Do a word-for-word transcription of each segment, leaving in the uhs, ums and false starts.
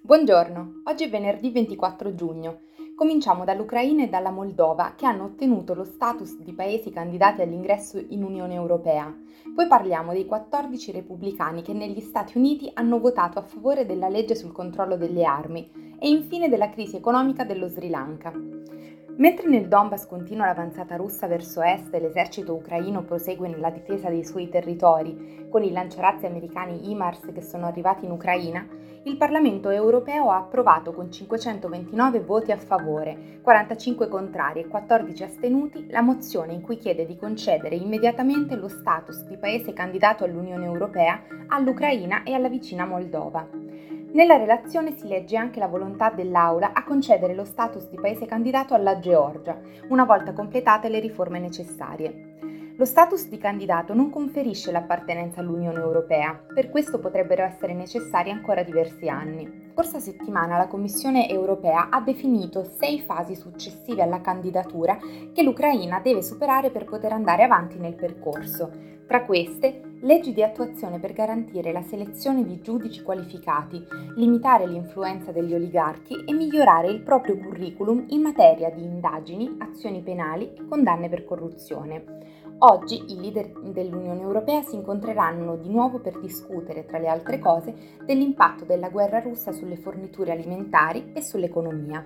Buongiorno, oggi è venerdì ventiquattro giugno. Cominciamo dall'Ucraina e dalla Moldova che hanno ottenuto lo status di paesi candidati all'ingresso in Unione Europea. Poi parliamo dei quattordici repubblicani che negli Stati Uniti hanno votato a favore della legge sul controllo delle armi e infine della crisi economica dello Sri Lanka. Mentre nel Donbass continua l'avanzata russa verso est e l'esercito ucraino prosegue nella difesa dei suoi territori, con i lanciarazzi americani HIMARS che sono arrivati in Ucraina, il Parlamento europeo ha approvato con cinquecentoventinove voti a favore, quarantacinque contrari e quattordici astenuti la mozione in cui chiede di concedere immediatamente lo status di paese candidato all'Unione Europea all'Ucraina e alla vicina Moldova. Nella relazione si legge anche la volontà dell'Aula a concedere lo status di paese candidato alla Georgia, una volta completate le riforme necessarie. Lo status di candidato non conferisce l'appartenenza all'Unione Europea, per questo potrebbero essere necessari ancora diversi anni. La scorsa settimana la Commissione europea ha definito sei fasi successive alla candidatura che l'Ucraina deve superare per poter andare avanti nel percorso. Tra queste, leggi di attuazione per garantire la selezione di giudici qualificati, limitare l'influenza degli oligarchi e migliorare il proprio curriculum in materia di indagini, azioni penali e condanne per corruzione. Oggi i leader dell'Unione Europea si incontreranno di nuovo per discutere, tra le altre cose, dell'impatto della guerra russa sulle forniture alimentari e sull'economia.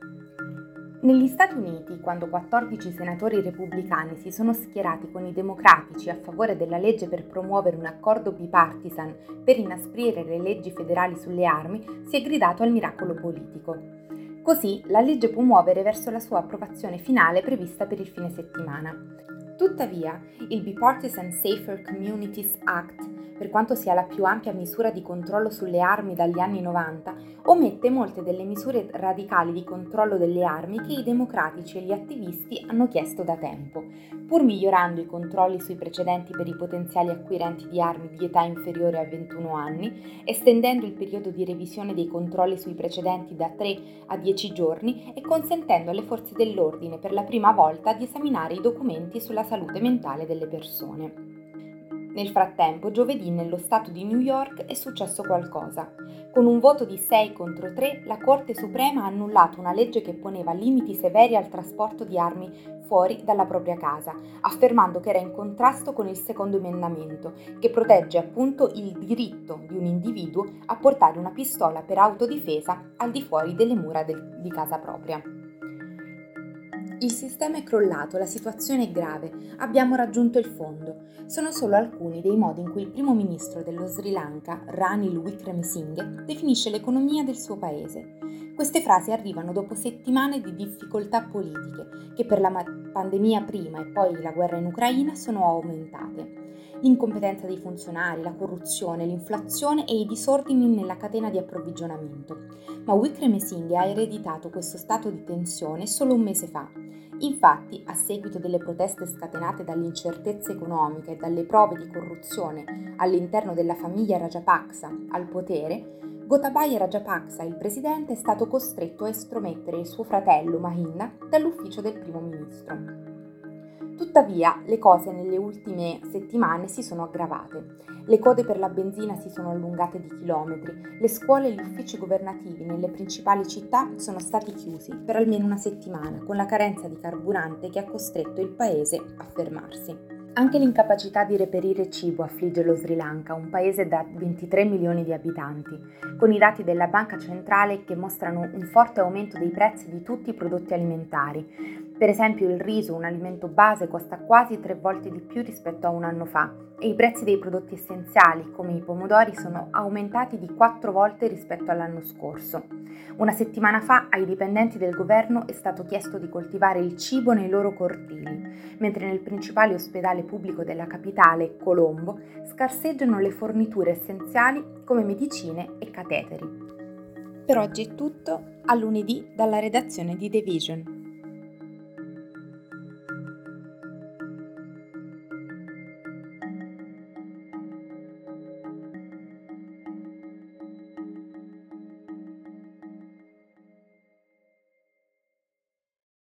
Negli Stati Uniti, quando quattordici senatori repubblicani si sono schierati con i democratici a favore della legge per promuovere un accordo bipartisan per inasprire le leggi federali sulle armi, si è gridato al miracolo politico. Così la legge può muovere verso la sua approvazione finale prevista per il fine settimana. Tuttavia, il Bipartisan Safer Communities Act, per quanto sia la più ampia misura di controllo sulle armi dagli anni novanta, omette molte delle misure radicali di controllo delle armi che i democratici e gli attivisti hanno chiesto da tempo, pur migliorando i controlli sui precedenti per i potenziali acquirenti di armi di età inferiore a ventuno anni, estendendo il periodo di revisione dei controlli sui precedenti da tre a dieci giorni e consentendo alle forze dell'ordine per la prima volta di esaminare i documenti sulla salute mentale delle persone. Nel frattempo, giovedì nello stato di New York è successo qualcosa. Con un voto di sei contro tre, la Corte Suprema ha annullato una legge che poneva limiti severi al trasporto di armi fuori dalla propria casa, affermando che era in contrasto con il secondo emendamento, che protegge appunto il diritto di un individuo a portare una pistola per autodifesa al di fuori delle mura del, di casa propria. Il sistema è crollato, la situazione è grave, abbiamo raggiunto il fondo. Sono solo alcuni dei modi in cui il primo ministro dello Sri Lanka, Ranil Wickremesinghe, definisce l'economia del suo paese. Queste frasi arrivano dopo settimane di difficoltà politiche, che per la ma- pandemia prima e poi la guerra in Ucraina sono aumentate. L'incompetenza dei funzionari, la corruzione, l'inflazione e i disordini nella catena di approvvigionamento. Ma Wickremesinghe ha ereditato questo stato di tensione solo un mese fa. Infatti, a seguito delle proteste scatenate dall'incertezza economica e dalle prove di corruzione all'interno della famiglia Rajapaksa al potere, Gotabaya Rajapaksa, il presidente, è stato costretto a estromettere il suo fratello Mahinda dall'ufficio del primo ministro. Tuttavia, le cose nelle ultime settimane si sono aggravate. Le code per la benzina si sono allungate di chilometri, le scuole e gli uffici governativi nelle principali città sono stati chiusi per almeno una settimana, con la carenza di carburante che ha costretto il paese a fermarsi. Anche l'incapacità di reperire cibo affligge lo Sri Lanka, un paese da ventitré milioni di abitanti, con i dati della Banca Centrale che mostrano un forte aumento dei prezzi di tutti i prodotti alimentari. Per esempio il riso, un alimento base, costa quasi tre volte di più rispetto a un anno fa e i prezzi dei prodotti essenziali, come i pomodori, sono aumentati di quattro volte rispetto all'anno scorso. Una settimana fa ai dipendenti del governo è stato chiesto di coltivare il cibo nei loro cortili, mentre nel principale ospedale pubblico della capitale, Colombo, scarseggiano le forniture essenziali come medicine e cateteri. Per oggi è tutto, a lunedì dalla redazione di The Vision.